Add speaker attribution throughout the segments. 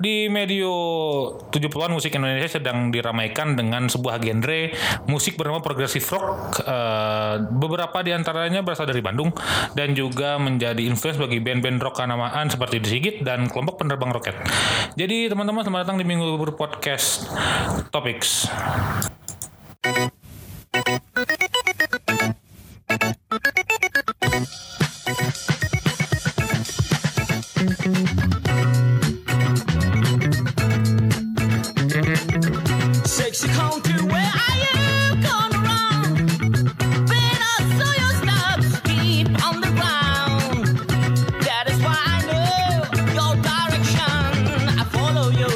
Speaker 1: Di medio 70-an musik Indonesia sedang diramaikan dengan sebuah genre musik bernama progressive rock. Beberapa di antaranya berasal dari Bandung dan juga menjadi influence bagi band-band rock kenamaan seperti The Sigit dan kelompok penerbang roket. Jadi teman-teman, selamat datang di Minggu Libur Podcast Topics.
Speaker 2: Sexy country where I am gone around. When I saw your steps deep on the ground, that is why I know your direction. I follow you.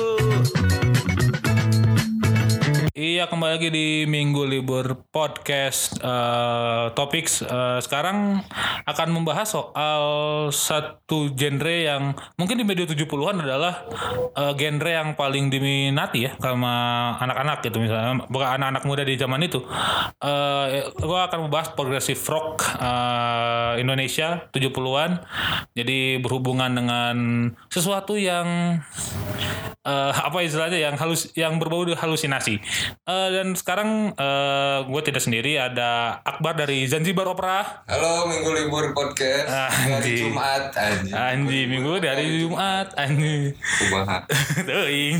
Speaker 1: Iya, kembali lagi di Minggu Libur Podcast Topics. Sekarang akan membahas soal satu genre yang mungkin di media 70-an adalah genre yang paling diminati ya sama anak-anak gitu, misalnya bukan anak-anak muda di zaman itu. Gue akan membahas progressive rock Indonesia 70-an. Jadi berhubungan dengan sesuatu yang apa istilahnya yang berbau halusinasi. Dan sekarang gue tidak sendiri, ada Akbar dari Zanzibar Opera.
Speaker 3: Halo, Minggu Libur Podcast dari Jumat
Speaker 1: Minggu dari Jumat
Speaker 3: Kumaha.
Speaker 1: Teuing.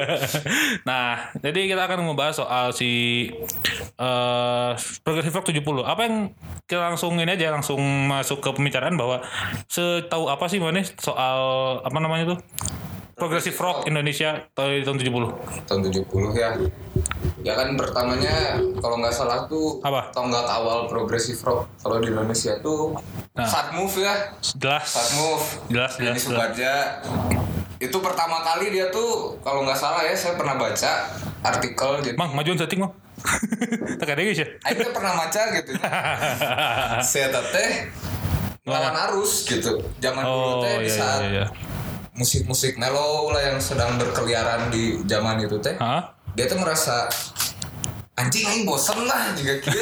Speaker 1: Nah, jadi kita akan membahas soal si Progressive Rock 70. Apa yang kita langsung masuk ke pembicaraan bahwa setahu apa sih mana soal apa namanya tuh Progressive Rock Indonesia tahun 70.
Speaker 3: Tahun 70 ya. Ya kan pertamanya kalau nggak salah tuh
Speaker 1: Apa?
Speaker 3: tonggak awal Progressive Rock kalau di Indonesia tuh Satmove ya. Satmove.
Speaker 1: Jelas.
Speaker 3: Subadja. Itu pertama kali dia tuh kalau nggak salah ya, saya pernah baca artikel jadi
Speaker 1: Mang, majuan setting mah. Tak ada guys ya.
Speaker 3: Aing pernah baca gitu. Saya teh lawan arus gitu. Zaman dulu teh di saat musik-musik mellow lah yang sedang berkeliaran di zaman itu teh. Dia tuh merasa anjing aing bosen lah juga gitu.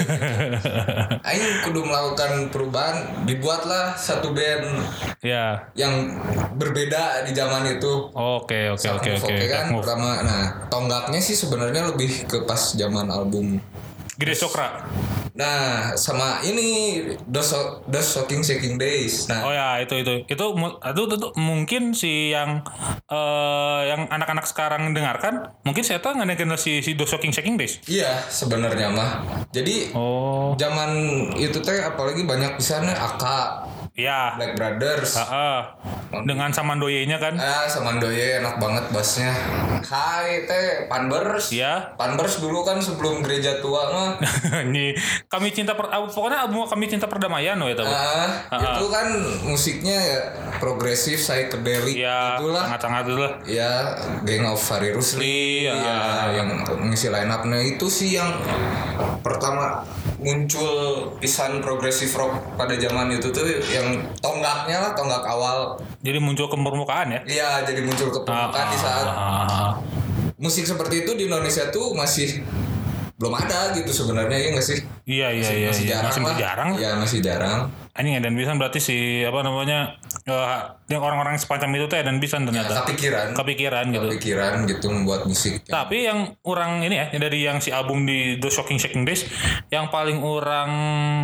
Speaker 3: Aing kudu melakukan perubahan, dibuatlah satu band yang berbeda di zaman itu.
Speaker 1: Oke.
Speaker 3: Kan pertama, nah tonggaknya sih sebenarnya lebih ke pas zaman album
Speaker 1: Gede Sokra.
Speaker 3: Nah, sama ini Those Shocking Shaking Days. Nah,
Speaker 1: Oh ya, itu mungkin si yang anak-anak sekarang dengarkan, mungkin saya tahu nggak kenal si Those Shocking Shaking Days.
Speaker 3: Iya, sebenarnya mah. Jadi zaman itu teh apalagi banyak di sana Aka,
Speaker 1: ya,
Speaker 3: Black Brothers.
Speaker 1: Dengan Samandoye-nya kan.
Speaker 3: Samandoye enak banget bassnya. Hai teh Panbers.
Speaker 1: Iya.
Speaker 3: Panbers dulu kan sebelum gereja tua mah.
Speaker 1: Nih, pokoknya album Kami Cinta Perdamaian ya tahu.
Speaker 3: Itu kan musiknya ya progresif, psychedelic
Speaker 1: itulah. Sangat-sangat itulah.
Speaker 3: Ya, Gang of Fari Rusli yang mengisi line up-nya itu sih yang pertama muncul pisan progressive rock pada zaman itu tuh yang tonggaknya lah, tonggak awal.
Speaker 1: Jadi muncul ke permukaan ya?
Speaker 3: Iya, jadi muncul ke permukaan di saat musik seperti itu di Indonesia tuh masih belum ada gitu sebenarnya, ya nggak sih?
Speaker 1: Iya. Masih jarang.
Speaker 3: Iya, masih jarang.
Speaker 1: Anjing dan bisa berarti si apa namanya yang orang-orang semacam itu teh dan bisa ternyata. Kepikiran
Speaker 3: gitu membuat musik.
Speaker 1: Tapi yang orang ini ya dari yang si album di The Shocking Shaking Days yang paling orang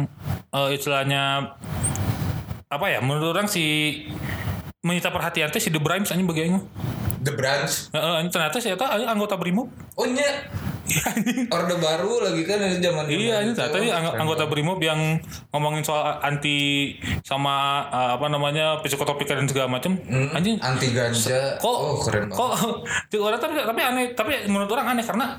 Speaker 1: istilahnya apa ya, menurut orang si menyita perhatian teh si The Brimes anjing bagaimana?
Speaker 3: The Branch.
Speaker 1: Ternyata saya tahu anggota Brimob.
Speaker 3: Oh iya. Orde Baru lagi kan dari zaman
Speaker 1: iya ini tadi anggota Brimob yang ngomongin soal anti sama apa namanya psikotropika dan segala macam. Anjing
Speaker 3: anti ganja. Keren banget.
Speaker 1: Orang tapi aneh, tapi menurut orang aneh karena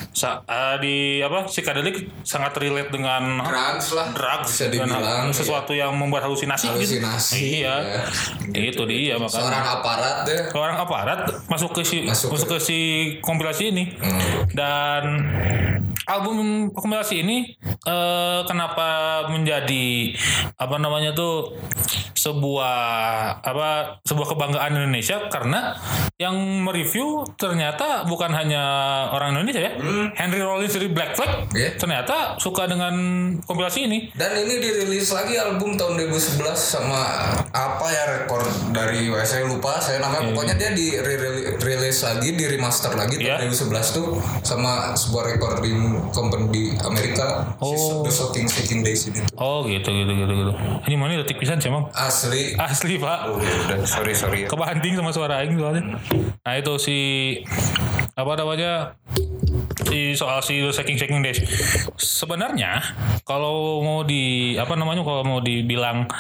Speaker 1: di apa psychedelic sangat relate dengan drugs
Speaker 3: bisa dibilang
Speaker 1: sesuatu yang membuat halusinasi. Gitu. Iya. Itu dia makanya. Seorang aparat masuk ke si kompilasi ini. Dan album kompilasi ini kenapa menjadi apa namanya tuh sebuah kebanggaan Indonesia karena yang mereview ternyata bukan hanya orang Indonesia ya. Henry Rollins dari Black Flag ternyata suka dengan kompilasi ini.
Speaker 3: Dan ini dirilis lagi album tahun 2011 sama apa ya, rekor dari saya lupa saya namanya, pokoknya dia dirilis lagi, di remaster lagi tahun 2011 tuh sama sebuah recording company di Amerika, The Shocking Days ini tuh.
Speaker 1: Oh gitu. Ini mana detik pisan sih emang?
Speaker 3: Asli
Speaker 1: Pak.
Speaker 3: Oh, udah sorry ya.
Speaker 1: Kebanting sama suara aing soalnya. Nah itu si soal si Shaking Days. Sebenarnya kalau mau dibilang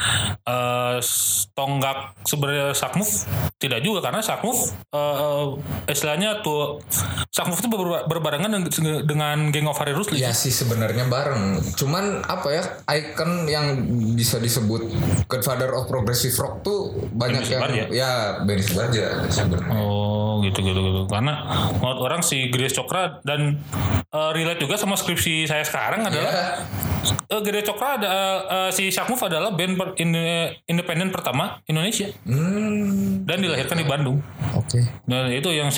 Speaker 1: tonggak sebenarnya Shock Move tidak juga, karena Shock Move istilahnya tuh Shock Move itu berbarengan dengan Gang of Harry Rusli.
Speaker 3: Ya sih sebenarnya bareng. Cuman apa ya, icon yang bisa disebut Godfather of Progressive Rock tuh banyak Benny Subarja sebenarnya.
Speaker 1: Oh gitu. Karena menurut orang si Gede Cokra dan relate juga sama skripsi saya sekarang adalah Gede Cokra ada si Shock Move adalah band independen pertama Indonesia dan dilahirkan di Bandung.
Speaker 3: Oke.
Speaker 1: Dan itu yang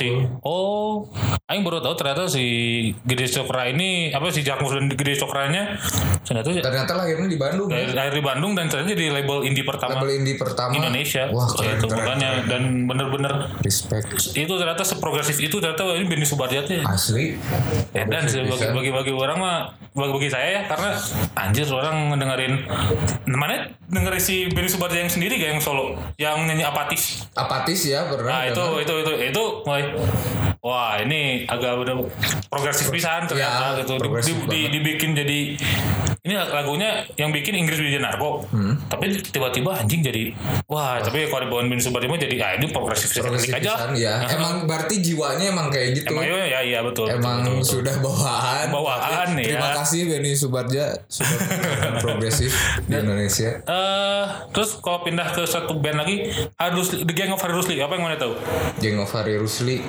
Speaker 1: aing baru tahu ternyata si Gede Cokra ini si Shock Move dan Gede Cokranya ternyata
Speaker 3: lahirnya di Bandung.
Speaker 1: Lahir di Bandung dan ternyata jadi label indie pertama Indonesia.
Speaker 3: Wah,
Speaker 1: itu makanya dan bener-bener
Speaker 3: respect.
Speaker 1: Itu ternyata seprogresif itu ternyata ini Benny Subarja
Speaker 3: asli.
Speaker 1: Dan bagi orang bagi saya ya, karena anjir orang dengerin si Benny Subarja yang sendiri kayak yang solo yang nyanyi apatis
Speaker 3: ya pernah.
Speaker 1: Nah itu mulai wah ini agak udah progresif pisan ternyata gitu. Dibikin jadi ini lagunya yang bikin Inggris Widia Narko. Tapi tiba-tiba anjing jadi tapi kalau dibawain Benny Subarja jadi ini progresif aja.
Speaker 3: Ya. Emang berarti jiwanya emang kayak gitu.
Speaker 1: Emang iya betul.
Speaker 3: Emang
Speaker 1: betul.
Speaker 3: sudah bawaan ya. Terima kasih Benny Subarja sudah progresif di Indonesia.
Speaker 1: Terus kalau pindah ke satu band lagi, The Gang of Harry Rusli, apa yang mau tahu?
Speaker 3: Gang of Harry Rusli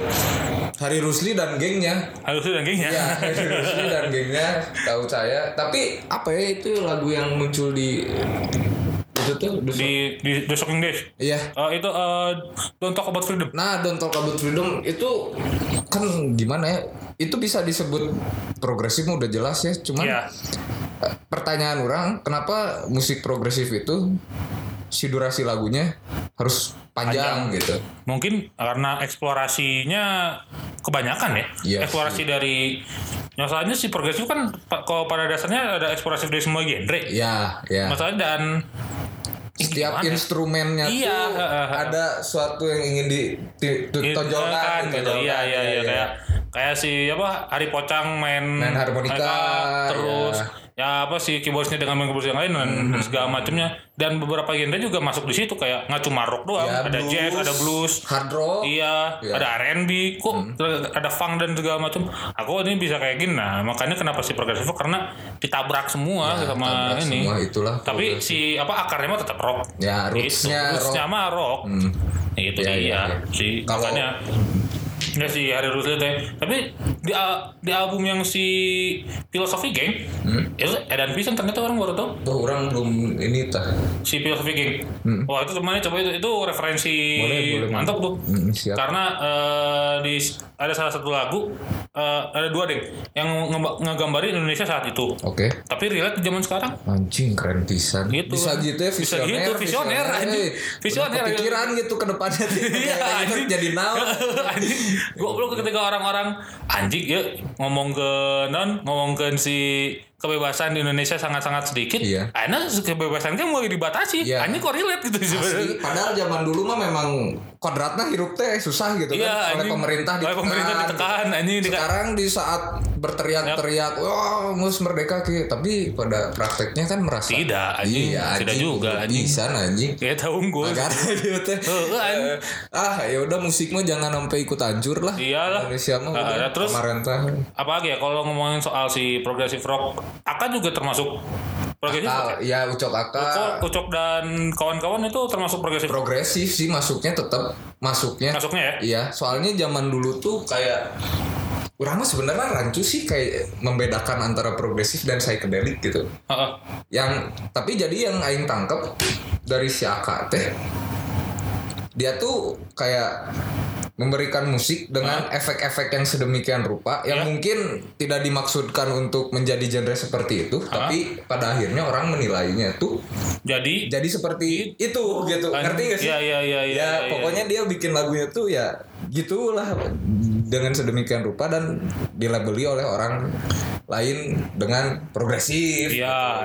Speaker 3: dan gengnya.
Speaker 1: Iya,
Speaker 3: Harry Rusli dan gengnya tahu saya. Tapi apa ya itu lagu yang muncul di itu tuh
Speaker 1: di The Shocking Days.
Speaker 3: Iya.
Speaker 1: Itu Don't Talk About Freedom.
Speaker 3: Nah, Don't Talk About Freedom itu kan gimana ya? Itu bisa disebut progresif udah jelas ya. Cuman pertanyaan orang, kenapa musik progresif itu si durasi lagunya harus panjang gitu?
Speaker 1: Mungkin karena eksplorasinya kebanyakan ya. Eksplorasi dari masalahnya si progresif kan kalau pada dasarnya ada eksplorasi dari semua genre. Iya. Masalahnya dan
Speaker 3: setiap instrumennya tuh ada suatu yang ingin ditonjolkan
Speaker 1: gitu. Iya. Kayak si Hari Pocang main
Speaker 3: harmonika
Speaker 1: terus si keyboardnya dengan main keyboard yang lain dan segala macamnya, dan beberapa genre juga masuk di situ kayak nggak cuma rock doang, ada blues, jazz, ada blues,
Speaker 3: hard rock,
Speaker 1: ada R&B, ada funk dan segala macam. Aku ini bisa kayak gini. Nah, makanya kenapa si progresif karena ditabrak semua sama ini.
Speaker 3: Semua itulah.
Speaker 1: Tapi si akarnya mah tetap rock.
Speaker 3: Ya, rootsnya
Speaker 1: mah rock. Itu dia. Si makanya nggak si Harry Rusli teh. Tapi di album yang si Philosophy Gang itu edan pisan ternyata orang baru tahu.
Speaker 3: Tuh orang belum ini tah.
Speaker 1: Si Philosophy Gang. Wah itu temannya coba itu referensi boleh, mantap tuh.
Speaker 3: Siap.
Speaker 1: Karena ada salah satu lagu ada dua deh yang ngegambarin Indonesia saat itu.
Speaker 3: Oke.
Speaker 1: Tapi relate di zaman sekarang.
Speaker 3: Anjing keren pisan.
Speaker 1: Gitu.
Speaker 3: Bisa gitu ya visioner.
Speaker 1: Visioner.
Speaker 3: Pikiran gitu ke depannya. Jadi naon.
Speaker 1: Gue belum ketika orang-orang anjing ya ngomong ke si kebebasan di Indonesia sangat-sangat sedikit. Karena kebebasan kan mulai dibatasi. Anjing kok relate gitu sebenarnya.
Speaker 3: Padahal zaman dulu mah memang kodratnya hirup teh susah gitu kan oleh pemerintah
Speaker 1: ditekan.
Speaker 3: Sekarang di saat berteriak-teriak, wah mus merdeka tapi pada prakteknya kan merasa
Speaker 1: tidak anjing. Tidak juga anjing.
Speaker 3: Bisa anjing.
Speaker 1: Kayak unggul.
Speaker 3: Ya udah musik mah jangan sampai ikut hancur lah.
Speaker 1: Iyalah.
Speaker 3: Indonesia mah udah
Speaker 1: terus
Speaker 3: pemerintah.
Speaker 1: Apalagi ya kalau ngomongin soal si progressive rock, Aka juga termasuk progresif.
Speaker 3: Ya Ucok
Speaker 1: dan kawan-kawan itu termasuk progresif
Speaker 3: sih, masuknya ya. Iya, soalnya zaman dulu tuh kayak orang mah sebenarnya rancu sih kayak membedakan antara progresif dan psychedelic gitu. Yang tapi jadi yang aing tangkep dari si Aka teh, dia tuh kayak memberikan musik dengan efek-efek yang sedemikian rupa yang mungkin tidak dimaksudkan untuk menjadi genre seperti itu, tapi pada akhirnya orang menilainya tuh jadi seperti itu gitu. Ngerti gak sih?
Speaker 1: Ya,
Speaker 3: pokoknya dia bikin lagunya tuh ya gitulah dengan sedemikian rupa dan dilabeli oleh orang lain dengan progresif.
Speaker 1: Iya.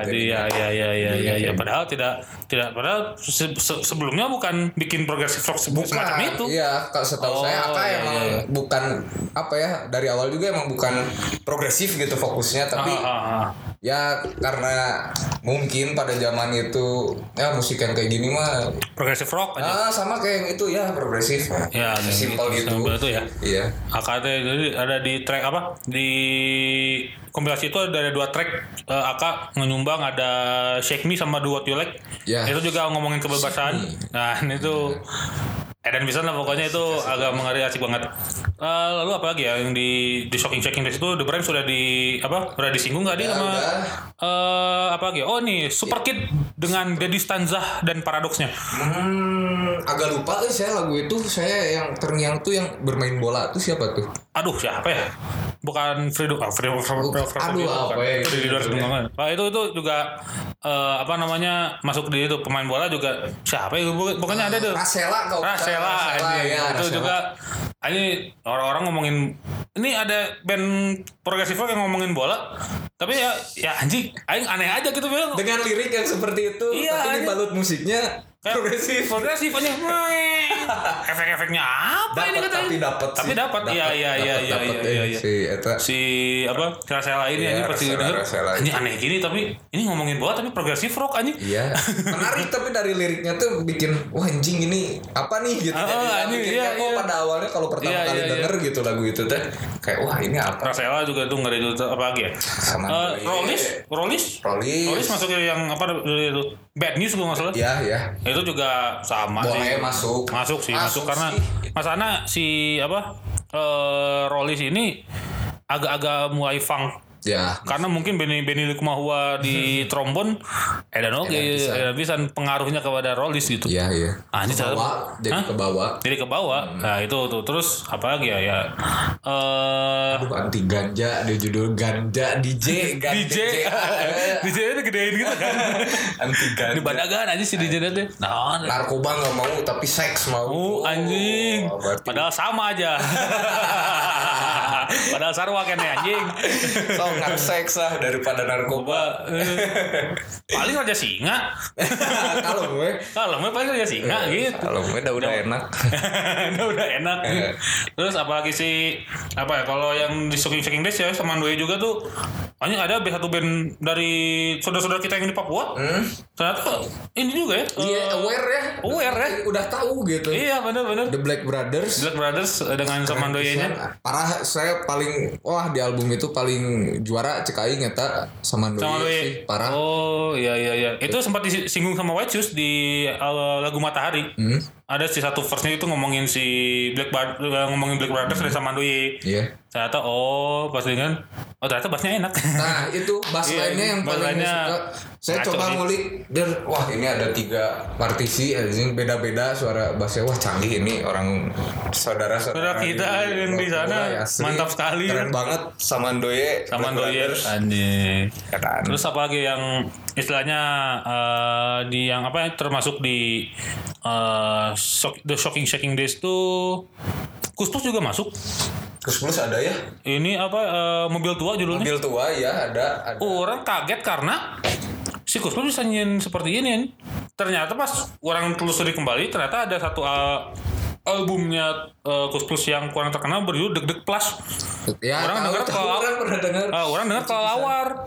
Speaker 1: Padahal padahal sebelumnya bukan bikin progresif rock semacam itu.
Speaker 3: Iya, kalau setahu saya Aka emang bukan apa ya, dari awal juga emang bukan progresif gitu fokusnya, tapi ya karena mungkin pada zaman itu ya musik yang kayak gini mah
Speaker 1: progresif rock aja.
Speaker 3: Sama kayak yang itu ya, progresif.
Speaker 1: Ya,
Speaker 3: simpel gitu.
Speaker 1: Itu ya.
Speaker 3: Iya.
Speaker 1: Aka jadi ada di track apa? Di kompilasi itu ada 2 track Aka menyumbang, ada Shake Me sama Do What You Like.
Speaker 3: Ya.
Speaker 1: Itu juga ngomongin kebebasan. Nah, itu dan bisa lah pokoknya itu agak mengeri, asik banget. Lalu apa lagi ya yang di Shocking Days itu The Brand sudah udah disinggung nggak sama apa lagi? Oh nih Super Kid dengan Daddy Stanza dan Paradoxnya.
Speaker 3: Agak lupa saya lagu itu, saya yang terngiang tuh yang bermain bola tuh siapa tuh?
Speaker 1: Aduh siapa ya? Bukan Fredo.
Speaker 3: Aduh apa ya?
Speaker 1: Itu di luar sebelumnya. Itu juga masuk di itu pemain bola juga siapa ya? Pokoknya ada tuh.
Speaker 3: Rasela
Speaker 1: ya, itu Rasela. Juga ini orang-orang ngomongin ini ada band progresif rock yang ngomongin bola, tapi ya anjing aing aneh aja gitu bilang
Speaker 3: dengan lirik yang seperti itu, tapi dibalut musiknya progresif aja.
Speaker 1: Efek-efeknya apa ini katanya? Tapi dapat. Iya. Si Rasela ini anjing pasti denger. Anjing aneh gini tapi ini ngomongin bola tapi progresif rock anjing.
Speaker 3: Iya. Menarik tapi dari liriknya tuh bikin wah anjing ini apa nih gitu. Pada awalnya kalau pertama kali denger gitu lagu itu teh kayak wah ini apa?
Speaker 1: Rasela juga tuh ngeri itu apa lagi ya? Rollis masuk yang apa itu Bad News gue nggak salah.
Speaker 3: Iya.
Speaker 1: Itu juga sama
Speaker 3: boleh
Speaker 1: sih. Masuk karena masana si Rollis ini agak-agak mulai funk.
Speaker 3: Ya.
Speaker 1: Karena mungkin Benny Likumahua di trombon bisa pengaruhnya kepada Rollis gitu.
Speaker 3: Iya.
Speaker 1: Jadi ke bawah. Nah, itu tuh. Terus apa lagi ya?
Speaker 3: Anti ganja, dia judul ganja DJ
Speaker 1: itu gedein gitu kan.
Speaker 3: Anti ganja.
Speaker 1: Di Badagan aja si DJ teh. Nah,
Speaker 3: narkoba enggak mau tapi seks mau.
Speaker 1: Anjing. Padahal sama aja. Padahal sarwa kan ya anjing.
Speaker 3: Nggak seks lah daripada narkoba.
Speaker 1: Paling Raja Singa.
Speaker 3: Kalau gue
Speaker 1: paling Raja Singa gitu.
Speaker 3: Kalau gue udah enak.
Speaker 1: udah enak. Terus apalagi sih kalau yang di Shocking Days ya sama Doi juga tuh banyak ada satu band dari saudara-saudara kita yang di Papua. Ternyata ini juga ya.
Speaker 3: Iya, aware ya. Udah tahu gitu.
Speaker 1: Iya, benar.
Speaker 3: The Black Brothers
Speaker 1: dengan sama Doi-nya.
Speaker 3: Parah, saya paling di album itu paling juara cek aing eta sama Doi. Parah.
Speaker 1: Oh, iya. Itu sempat disinggung sama White Shoes di lagu Matahari. Ada si satu verse-nya itu ngomongin si Black Brothers dan sama Doi.
Speaker 3: Iya.
Speaker 1: Ternyata pas dengan ternyata bassnya enak.
Speaker 3: Nah itu bass line-nya yang paling suka. Saya coba ngulik dan wah ini ada 3 partisi beda-beda suara bassnya. Wah canggih ini orang saudara
Speaker 1: kita yang di sana mantap sekali.
Speaker 3: Keren banget sama Doi.
Speaker 1: Anjing. Terus apa lagi yang istilahnya di yang termasuk di The Shocking Days tuh Kus-Plus juga masuk.
Speaker 3: Kus-Plus ada ya?
Speaker 1: Ini Mobil Tua judulnya?
Speaker 3: Mobil Tua ya ada.
Speaker 1: Orang kaget karena si Kus-Plus bisa nyanyiin seperti ini. Ternyata pas orang telusuri kembali ternyata ada satu albumnya Kus-Plus yang kurang terkenal berjudul Deg Deg Plus.
Speaker 3: Ya, orang dengar
Speaker 1: kelelawar.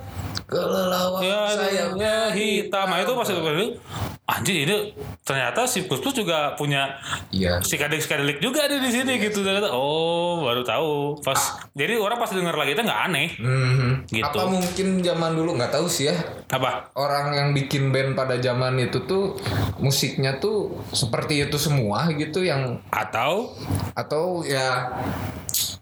Speaker 1: Sayapnya hitam. Nah itu pas itu anjir ini ternyata si Kus-Plus juga punya psikedelik juga di sini gitu. Ternyata baru tahu pas. Jadi orang pas denger lagi itu nggak aneh. Gitu.
Speaker 3: Apa mungkin zaman dulu nggak tahu sih ya.
Speaker 1: Apa?
Speaker 3: Orang yang bikin band pada zaman itu tuh musiknya tuh seperti itu semua gitu yang
Speaker 1: atau
Speaker 3: ya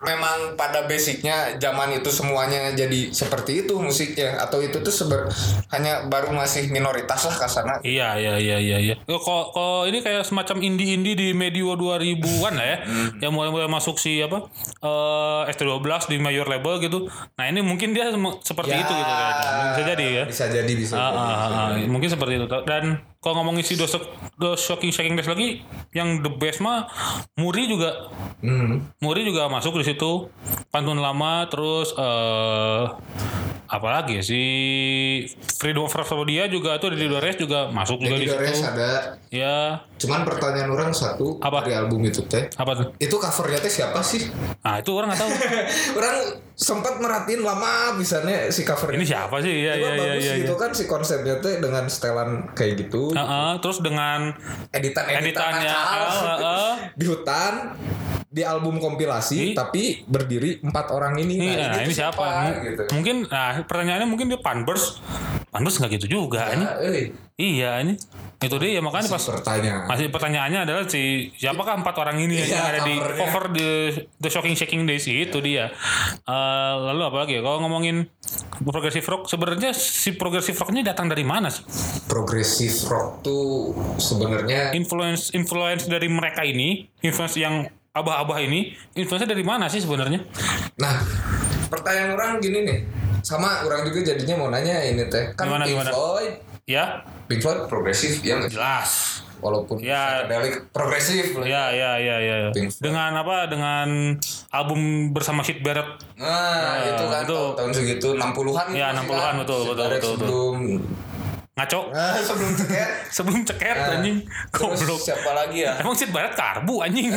Speaker 3: memang pada basicnya zaman itu semuanya jadi seperti itu musiknya, atau itu tuh hanya baru masih minoritas lah kasarnya.
Speaker 1: Iya. Kok ini kayak semacam indie di medio 2000-an lah ya. Yang mulai masuk si apa? S12 di major label gitu. Nah, ini mungkin dia seperti itu gitu kayaknya. Bisa jadi ya.
Speaker 3: Bisa jadi.
Speaker 1: Mungkin seperti itu. Dan kalau ngomongin si The Shocking Days lagi, yang the best mah Muri juga masuk di situ. Pantun Lama, terus apalagi si Freedom of Dia juga tuh di Dores juga masuk juga di situ.
Speaker 3: Dores ada.
Speaker 1: Ya.
Speaker 3: Cuman pertanyaan orang satu dari album itu teh.
Speaker 1: Apa tuh?
Speaker 3: Itu covernya teh siapa sih?
Speaker 1: Nah, itu orang nggak tahu.
Speaker 3: Orang sempat merhatiin lama misalnya si covernya.
Speaker 1: Ini siapa sih? Iya.
Speaker 3: Itu kan si konsepnya teh dengan setelan kayak gitu.
Speaker 1: Terus dengan editannya
Speaker 3: di hutan, di album kompilasi tapi berdiri 4 orang ini.
Speaker 1: Nah, ini siapa?
Speaker 3: Gitu.
Speaker 1: Mungkin pertanyaannya mungkin dia Panbers nggak gitu juga ini. Iya, ini itu dia makanya masih pertanyaannya adalah siapakah 4 orang ini yang ada di cover The Shocking Days itu dia. Lalu apa lagi? Kalau ngomongin progressive rock, sebenarnya si progressive rock ini datang dari mana sih?
Speaker 3: Progressive rock tuh sebenarnya
Speaker 1: influence dari mereka ini, influence yang abah-abah ini, influence dari mana sih sebenarnya?
Speaker 3: Nah, pertanyaan orang gini nih. Sama orang juga jadinya mau nanya ini teh. Kan Pink Floyd.
Speaker 1: Ya.
Speaker 3: Pink Floyd progresif ya nggak?
Speaker 1: Jelas.
Speaker 3: Walaupun psychedelic progresif.
Speaker 1: Ya. Dengan Dengan album bersama Syd Barrett.
Speaker 3: Nah, itu kan tahun segitu 60-an.
Speaker 1: Ya, 60-an betul.
Speaker 3: Sebelum
Speaker 1: ngaco. Sebelum ceket anjing.
Speaker 3: Goblok. Siapa lagi ya?
Speaker 1: Emang Syd Barrett karbu anjing.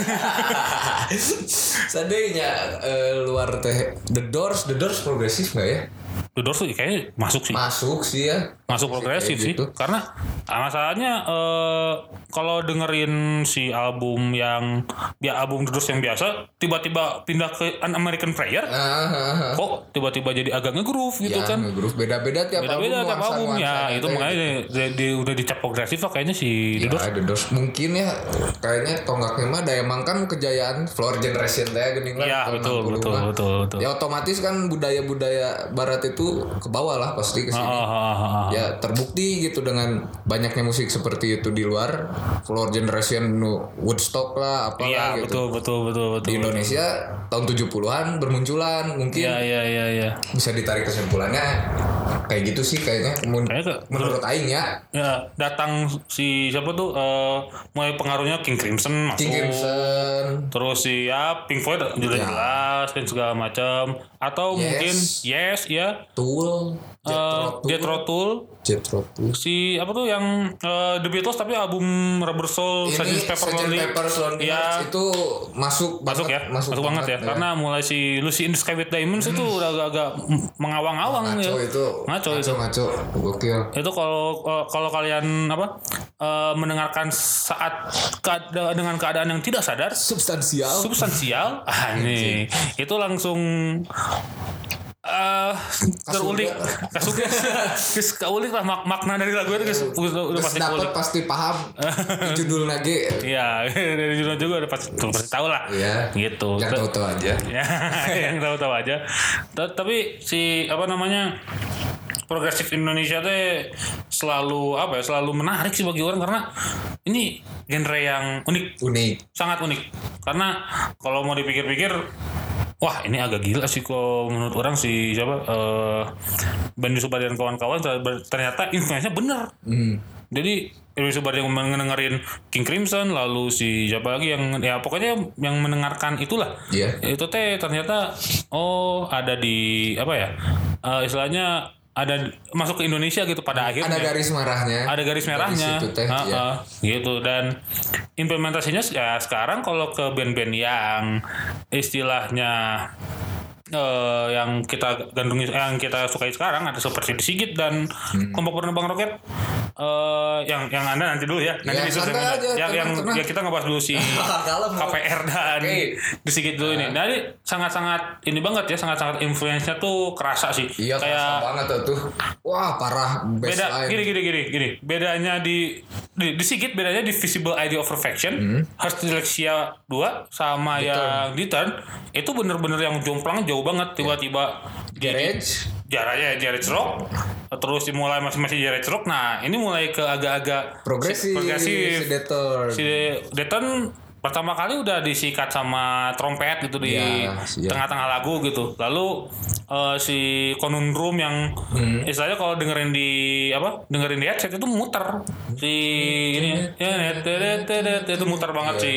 Speaker 3: Seandainya luar teh The Doors progresif nggak ya?
Speaker 1: The Doors tuh kayaknya masuk sih ya. Masuk progresif sih gitu. Karena masalahnya kalau dengerin si album album The Doors yang biasa tiba-tiba pindah ke An American Prayer kok tiba-tiba jadi agak nge-groove gitu kan.
Speaker 3: Nge-groove beda-beda tiap album
Speaker 1: ya itu makanya udah dicap progresif lah kayaknya si The Doors.
Speaker 3: The Doors mungkin ya kayaknya tonggaknya mah ada emang kan kejayaan Floor Generation teh geuning lah.
Speaker 1: Iya betul.
Speaker 3: Ya otomatis kan budaya-budaya barat itu ke bawah lah pasti ke sini. Ya terbukti gitu dengan banyaknya musik seperti itu di luar. Floor Generation Woodstock lah apalah gitu.
Speaker 1: Betul.
Speaker 3: Di Indonesia tahun 70-an bermunculan mungkin.
Speaker 1: Iya.
Speaker 3: Bisa ditarik kesimpulannya kayak gitu sih kayaknya menurut aing ya.
Speaker 1: Ya, datang si siapa tuh mulai pengaruhnya King Crimson masuk. Terus si Pink Floyd juga jelas dan segala macam atau mungkin Yes ya. Jethro Tull. Si apa tuh yang The Beatles tapi album Rubber Soul, Sgt. Pepper's Lonely ya,
Speaker 3: itu masuk
Speaker 1: banget ya. Karena mulai si Lucy in the Sky with Diamonds itu udah agak mengawang-awang ya. Ngaco itu.
Speaker 3: Gokil.
Speaker 1: Itu kalau kalian mendengarkan saat dengan keadaan yang tidak sadar substansial nih itu langsung terulik kaulik lah makna dari lagu itu udah
Speaker 3: pasti paham judul lagi.
Speaker 1: Iya, dari judul juga udah pasti tahu lah.
Speaker 3: Iya.
Speaker 1: Gitu.
Speaker 3: Yang tahu aja.
Speaker 1: Yang tahu aja. Tapi si progresif Indonesia teh selalu menarik sih bagi orang karena ini genre yang unik, sangat unik. Karena kalau mau dipikir-pikir, wah ini agak gila sih kalau menurut orang si Benny Subadi dan kawan-kawan ternyata influence-nya bener. Jadi Benny Subadi yang mendengarin King Crimson, lalu si siapa lagi yang pokoknya yang mendengarkan itulah. Itu teh ternyata ada di istilahnya ada masuk ke Indonesia gitu pada akhirnya. Ada garis merahnya. Gitu dan implementasinya ya sekarang kalau ke band-band yang istilahnya yang kita gandungi yang kita sukai sekarang ada seperti Sigit dan kelompok penerbang roket yang Anda nanti dulu ya. Nanti
Speaker 3: Ya,
Speaker 1: itu
Speaker 3: santai
Speaker 1: segmen
Speaker 3: aja,
Speaker 1: yang
Speaker 3: tenang.
Speaker 1: ya kita ngebahas dulu si
Speaker 3: Kalem.
Speaker 1: KPR dan sedikit dulu ini. Jadi sangat-sangat ini banget ya, sangat-sangat influence-nya tuh kerasa sih.
Speaker 3: Iya, kerasa
Speaker 1: kayak
Speaker 3: banget tuh. Wah, parah
Speaker 1: beda
Speaker 3: baseline.
Speaker 1: gini. Bedanya di Sigit bedanya di Visible Idea of Perfection, Heart Dyslexia 2 sama yang di Turn itu bener-bener yang jomplang jauh banget tiba-tiba
Speaker 3: Garage.
Speaker 1: Garage rock, terus dimulai masih garage rock. Nah ini mulai ke agak-agak
Speaker 3: Progresif. Si Dayton.
Speaker 1: Si Dayton pertama kali udah disikat sama trompet gitu di
Speaker 3: Iya.
Speaker 1: tengah-tengah lagu gitu. Lalu si Conundrum yang istilahnya kalau dengerin di headset itu muter si ini ya itu muter banget si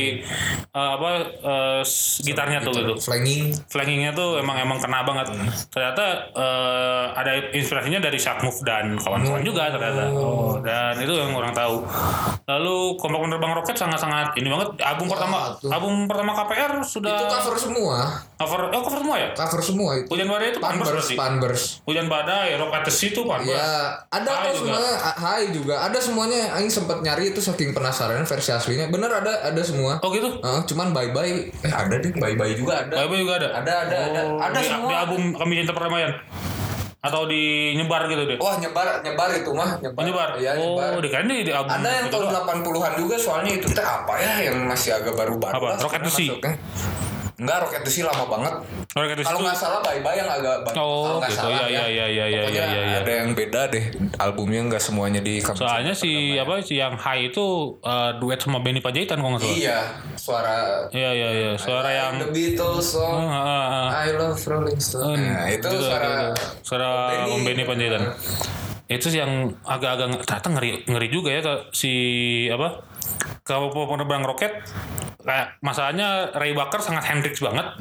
Speaker 1: gitarnya tuh gitu. Flangingnya tuh emang kena banget. Ternyata ada inspirasinya dari Shark Move dan kawan-kawan juga ternyata. Dan itu yang orang tahu. Lalu Kompak Penerbang Roket sangat-sangat ini banget. Album pertama KPR sudah
Speaker 3: Itu cover semua.
Speaker 1: Cover semua ya?
Speaker 3: Cover semua itu.
Speaker 1: Hujan Badai itu
Speaker 3: Panbers.
Speaker 1: Hujan Badai, Rock at the Sea itu Panbers.
Speaker 3: Ya, ada kok semuanya. Hai juga. Ada semuanya. Aing sempat nyari itu saking penasaran versi aslinya. Bener ada semua.
Speaker 1: Oh gitu?
Speaker 3: Cuman Bye-Bye. Ada deh. Bye-Bye juga ada.
Speaker 1: Bye-Bye juga ada?
Speaker 3: Ada
Speaker 1: Di
Speaker 3: semua.
Speaker 1: Di album Kami Cinta Perdamaian? Atau di nyebar gitu deh?
Speaker 3: Wah, nyebar itu mah.
Speaker 1: Nyebar?
Speaker 3: Iya, nyebar.
Speaker 1: Di album.
Speaker 3: Ada yang tahun 80-an juga soalnya itu teh apa ya yang masih agak baru-baru.
Speaker 1: Apa? Rock at the Sea?
Speaker 3: Enggak, Rock at the Sea lama banget. Kalau nggak salah Bye-Bye yang agak banyak.
Speaker 1: Oh,
Speaker 3: kalau nggak
Speaker 1: gitu.
Speaker 3: salah
Speaker 1: Iya.
Speaker 3: Ada yang beda deh. Albumnya nggak semuanya di Kami
Speaker 1: Soalnya
Speaker 3: Cinta
Speaker 1: si yang High itu duet sama Benny Panjaitan kalau nggak salah.
Speaker 3: Iya, suara.
Speaker 1: Iya. Suara yang
Speaker 3: The Beatles song. I Love Rolling Stone. Nah, itu
Speaker 1: suara Om Benny Panjaitan. Itu sih yang agak-agak ternyata ngeri juga ya ke si kalau Penerbang Roket. Kayak masalahnya Ray Baker sangat Hendrix banget.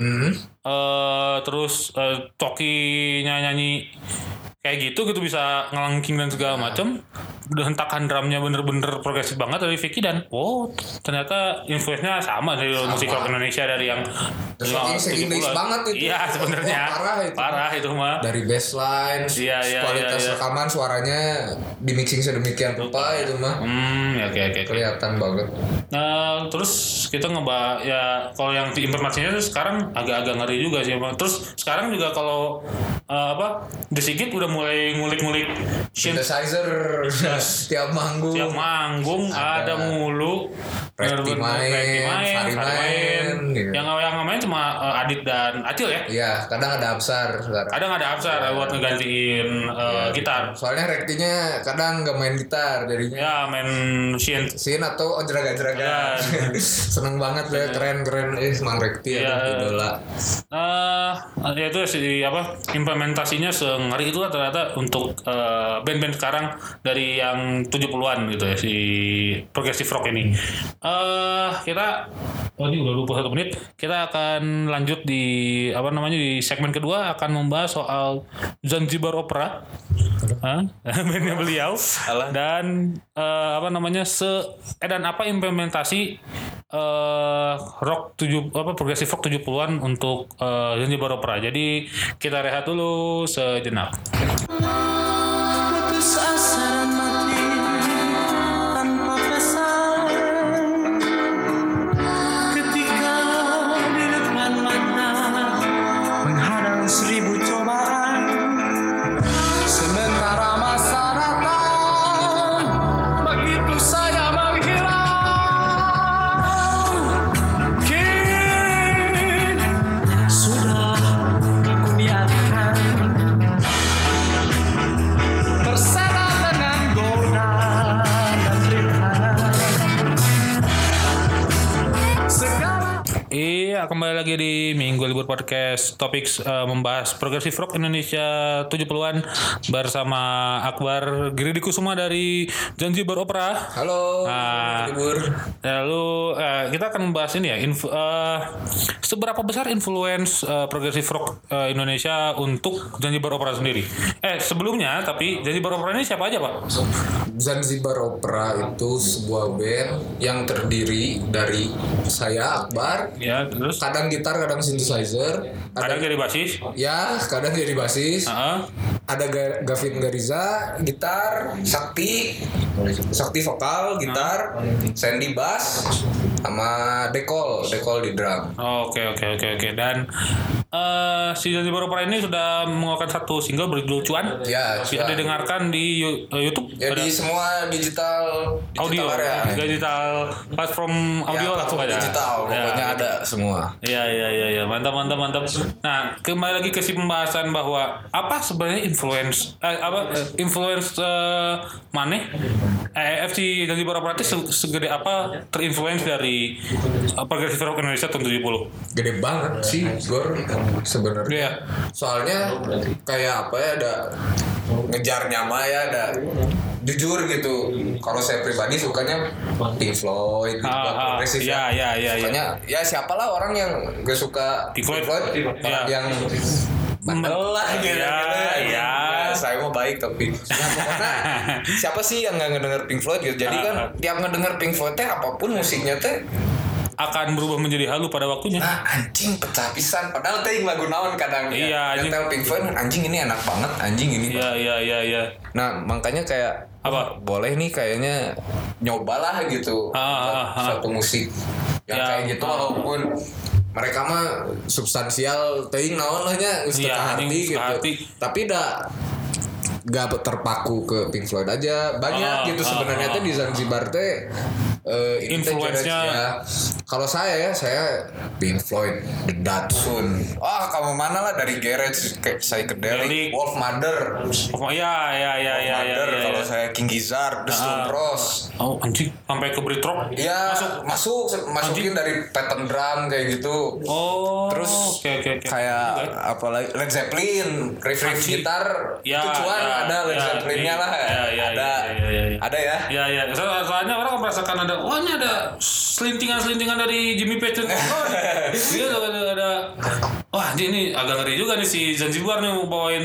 Speaker 1: Terus Cokinya nyanyi kayak gitu bisa ngelangking dan segala macam. Hentakan drumnya bener-bener progresif banget dari Vicky dan ternyata influence-nya sama dari musik rock Indonesia dari yang
Speaker 3: Inggris banget itu.
Speaker 1: Iya sebenarnya parah itu mah.
Speaker 3: Dari bassline, kualitas rekaman suaranya di mixing sedemikian rupa itu mah.
Speaker 1: Oke.
Speaker 3: Kelihatan banget.
Speaker 1: Nah, terus kita ngebahas ya kalau yang informasinya tuh sekarang agak-agak ngeri juga sih. Terus sekarang juga kalau The Sigit udah mulai ngulik-ngulik
Speaker 3: synthesizer tiap manggung
Speaker 1: ada mulu.
Speaker 3: Rekti main, Fari main gitu.
Speaker 1: Yang main cuma Adit dan Acil ya?
Speaker 3: Iya, kadang ada Absar sekarang.
Speaker 1: Kadang ada Absar buat ngegantiin gitar.
Speaker 3: Soalnya Rektinya kadang nggak main gitar jadinya.
Speaker 1: Ya main synth
Speaker 3: atau ojraga-jraga. Seneng banget ya, keren Mang Rekti idola.
Speaker 1: Ya itu sih implementasinya sengeri itu ternyata untuk band-band sekarang dari yang 70-an gitu ya si progressive rock ini. Kita ini udah 21 menit. Kita akan lanjut di di segmen kedua akan membahas soal Zanzibar Opera. Bandnya beliau dan dan apa implementasi rock progressive rock 70-an untuk Zanzibar Opera. Jadi kita rehat dulu sejenak.
Speaker 2: Putus asa dan mati tanpa pesan ketika di depan mata menghadang 1000 cobaan sementara masa datang begitu saja menghilang kini sudah aku biarkan bersama dengan goda dan rintangan segala.
Speaker 1: Iya, kembali lagi di Minggu Libur Podcast. Topik membahas progressive rock Indonesia 70-an bersama Akbar Giridi Kusuma dari Zanzibar Opera.
Speaker 3: Halo, Libur.
Speaker 1: Lalu kita akan membahas ini ya, seberapa besar influence progressive rock Indonesia untuk Zanzibar Opera sendiri. Sebelumnya, tapi Zanzibar Opera ini siapa aja, Pak?
Speaker 3: Zanzibar Opera itu sebuah band yang terdiri dari saya, Akbar.
Speaker 1: Ya, terus
Speaker 3: Kadang gitar, kadang synthesizer.
Speaker 1: kadang jadi basis.
Speaker 3: Ya, kadang jadi basis. ada Gavin Gariza gitar, Sakti vokal gitar, Sandy bass, sama Dekol di drum.
Speaker 1: Oke. Dan si Zanzibar Opera ini sudah mengeluarkan satu single berjudul Cuan.
Speaker 3: Ya,
Speaker 1: bisa didengarkan di YouTube.
Speaker 3: Ya di semua digital
Speaker 1: audio
Speaker 3: area.
Speaker 1: Digital platform audio lah pokoknya.
Speaker 3: Digital pokoknya ada semua.
Speaker 1: Iya. Mantap. Nah, kembali lagi ke si pembahasan bahwa apa sebenarnya influence Maneh FC Zanzibar Opera itu segede apa terinfluence dari progressive rock Indonesia tahun 70?
Speaker 3: Gede banget sih Gor sebenarnya.
Speaker 1: Iya.
Speaker 3: Soalnya kayak apa ya, ada ngejarnya mah ya, ada jujur gitu. Kalau saya pribadi sukanya Pink Floyd, progresif.
Speaker 1: Iya.
Speaker 3: Sukanya ya siapalah orang yang gak suka Pink Floyd orang yang bandel lah gitu. Ya, saya mau baik tapi pokoknya siapa sih yang nggak ngedenger Pink Floyd gitu. Jadi kan tiap ngedenger Pink Floyd teh apapun musiknya teh
Speaker 1: akan berubah menjadi halu pada waktunya.
Speaker 3: Anjing pecah pisan padahal teh lagu naon kadang
Speaker 1: ya.
Speaker 3: Nyetel Pink Floyd anjing ini enak banget anjing ini.
Speaker 1: Iya.
Speaker 3: Nah makanya kayak
Speaker 1: apa?
Speaker 3: Boleh nih kayaknya nyobalah gitu satu musik yang kayak gitu walaupun mereka mah substansial teuing naon lah nya geus teu hati gitu. Tapi gak terpaku ke Pink Floyd aja. Banyak gitu sebenarnya teh di Zanzibar teh
Speaker 1: influence-nya
Speaker 3: ya. Kalau saya Pink Floyd, The Datsun. Kamu mana lah dari Garage kayak Psychedelic, Wolf Mother.
Speaker 1: Iya.
Speaker 3: Kalau saya King Gizzard, The Stone Roses.
Speaker 1: Oh anjing sampai ke Britpop.
Speaker 3: Iya, masukin dari pattern drum kayak gitu. Terus kayak apalagi Led Zeppelin, riff gitar itu cuan ada Led Zeppelinnya lah. Ada ya.
Speaker 1: Iya. Soalnya orang merasakan ada ini ada selintingan dari Jimmy Page. Dia ada ini agak ngeri juga nih si Zanzibar nih mau bawain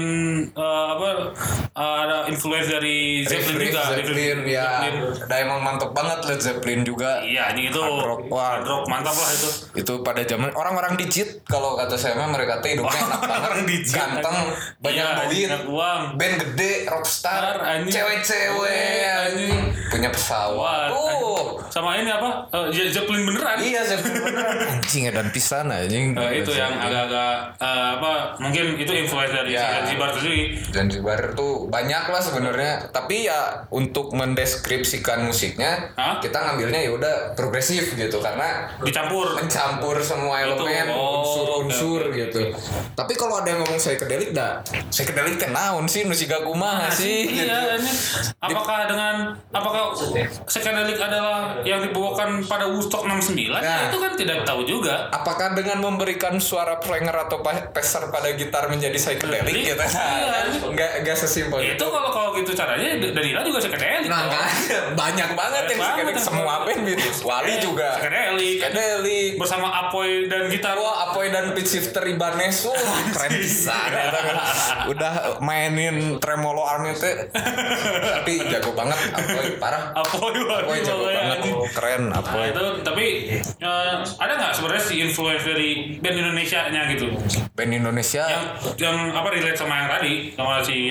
Speaker 1: ada influence dari Zeppelin juga.
Speaker 3: Zeppelin ya. Ada emang mantep banget Led Zeppelin juga.
Speaker 1: Iya, itu hard rock mantap lah itu.
Speaker 3: Itu pada zaman orang-orang digit kalau kata saya mah mereka tuh hidupnya enak banget, ganteng, banyak duit, band gede, rockstar, cewek-cewek, punya pesawat.
Speaker 1: Sama ini apa? Zeppelin beneran.
Speaker 3: Iya, Zeppelin beneran. Anjing dan pisan anjing.
Speaker 1: Itu yang agak-agak mungkin itu influence dari Zanzibar sendiri.
Speaker 3: Zanzibar tuh banyak lah sebenarnya, tapi ya untuk mendeskripsikan musiknya kita ngambilnya ya udah progresif gitu karena mencampur semua elemen, unsur-unsur gitu. Tapi kalau ada yang ngomong psychedelic teh naon sih nu siga kumaha sih?
Speaker 1: Iya, ini apakah psychedelic adalah yang dibawakan pada Woodstock 69? Itu kan tidak tahu juga.
Speaker 3: Apakah dengan memberikan suara pranger atau peser pada gitar menjadi psychedelic gitu? Enggak sesimpel
Speaker 1: itu. Kalau gitu caranya Danila juga psychedelic.
Speaker 3: Banyak banget yang psychedelic, semua band gitu. Wali juga psychedelic
Speaker 1: bersama Apoy dan gitar.
Speaker 3: Apoy dan pitch shifter Ibanez keren pisan eta kan. Udah mainin tremolo army teh. Tapi jago banget Apoy, parah. Apoy jago banget. Keren Apoy.
Speaker 1: Itu tapi ada enggak sebenarnya si influence dari band Indonesia-nya gitu?
Speaker 3: Band Indonesia
Speaker 1: yang relate sama yang tadi, sama si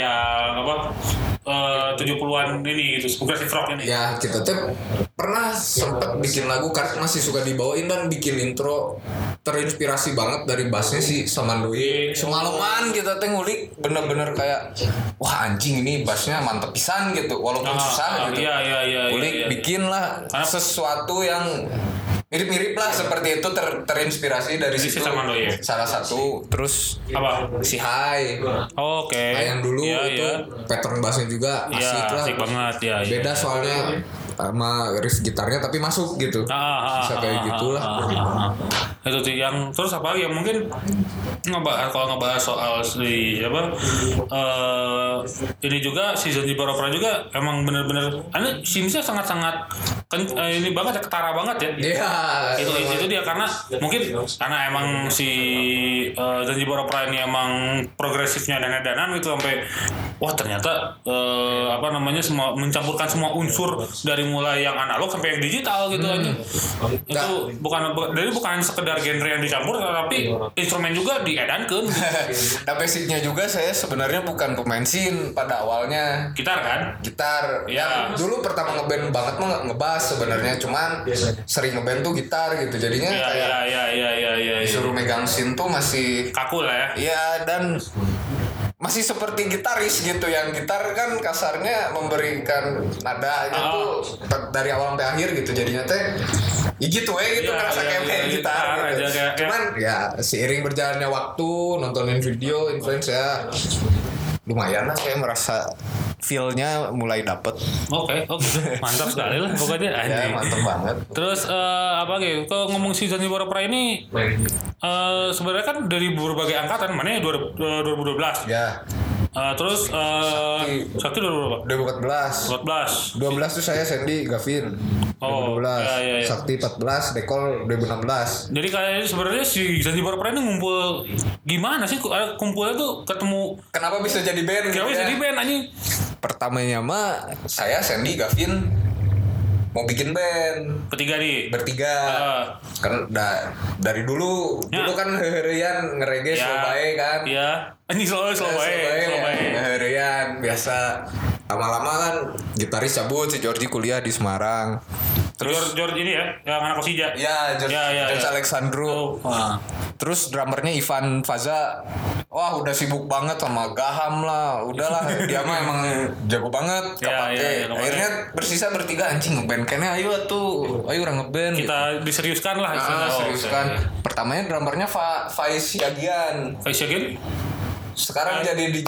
Speaker 1: 70-an ini gitu, progressive rock ini.
Speaker 3: Ya, kita tuh pernah sempat bikin lagu kan masih suka dibawain dan bikin intro terinspirasi banget dari bassnya si Samandoi. Semalaman kita teh ngulik bener-bener kayak wah anjing ini bassnya mantep pisan gitu walaupun susah gitu.
Speaker 1: Iya.
Speaker 3: Ngulik bikin lah sesuatu yang mirip-mirip lah seperti itu terinspirasi dari situ. Salah satu terus si Hai. Hai yang dulu itu pattern bassnya juga asik lah.
Speaker 1: Asik banget ya.
Speaker 3: Beda soalnya sama riff gitarnya tapi masuk gitu. Bisa kayak gitulah.
Speaker 1: Itu sih yang terus apa lagi yang mungkin ngebahas soal si ini juga si Zanzibar Opera juga emang bener-bener ini scene-nya sangat-sangat ini banget ya, ketara banget ya.
Speaker 3: Iya.
Speaker 1: Itu dia karena mungkin karena emang si Zanzibar Opera ini emang progresifnya dan gitu sampai wah ternyata semua mencampurkan semua unsur dari mulai yang analog sampai yang digital gitu aja. Itu bukan sekedar sekedar genre yang dicampur, tapi instrumen juga diedankeun.
Speaker 3: Nah basicnya juga saya sebenarnya bukan pemain sin pada awalnya.
Speaker 1: Gitar kan?
Speaker 3: Gitar.
Speaker 1: Ya.
Speaker 3: Dulu pertama ngeband banget mah ngebass sebenarnya, cuman sering ngeband tuh gitar gitu. Jadinya kayak
Speaker 1: Iya.
Speaker 3: disuruh megang sin tuh masih
Speaker 1: Kaku lah ya.
Speaker 3: iya, dan masih seperti gitaris gitu. Yang gitar kan kasarnya memberikan nadanya tuh dari awal sampai akhir gitu. Jadinya teh ya gitu gitu ngerasa kayak main gitar gitu.
Speaker 1: aja,
Speaker 3: Cuman ya seiring berjalannya waktu nontonin video influence ya lumayan lah, saya merasa feel-nya mulai dapet.
Speaker 1: Oke. Mantap sekali lah pokoknya.
Speaker 3: Ya
Speaker 1: Anjing.
Speaker 3: mantep banget.
Speaker 1: Terus apa gitu? Kalau ngomong si Zanzibar Opera ini sebenarnya kan dari berbagai angkatan, mana ya 2012.
Speaker 3: Ya.
Speaker 1: Terus Sakti 2012.
Speaker 3: 2014. 12 tuh saya Sandy Gavin.
Speaker 1: Oh,
Speaker 3: 2012.
Speaker 1: iya.
Speaker 3: Sakti 14, Dekol 2016.
Speaker 1: Jadi kayaknya sebenarnya si Zanzibar Opera ini ngumpul gimana sih? Kumpulnya tuh ketemu.
Speaker 3: Kenapa bisa jadi band?
Speaker 1: Kenapa
Speaker 3: gitu ya?
Speaker 1: jadi band anjing?
Speaker 3: Pertamanya mah saya Sandy Gavin mau bikin band bertiga. Kan dari dulu kan heherian ngerege slow bae kan.
Speaker 1: Iya. Anjing slow bae.
Speaker 3: Heherian biasa. Lama-lama kan gitaris cabut, si Georgie kuliah di Semarang. Terus
Speaker 1: George ini ya, yang anak Kosija.
Speaker 3: ya George Alexandro. Terus drummernya Ivan Faza. Wah udah sibuk banget sama Gaham lah. Udahlah dia mah emang jago banget. Kepake. Akhirnya bersisa bertiga, anjing ngeband kayaknya ayo orang ngeband.
Speaker 1: Kita diseriuskan lah.
Speaker 3: Seriuskan. Pertamanya drummernya Faiz Yagian. Sekarang jadi DJ.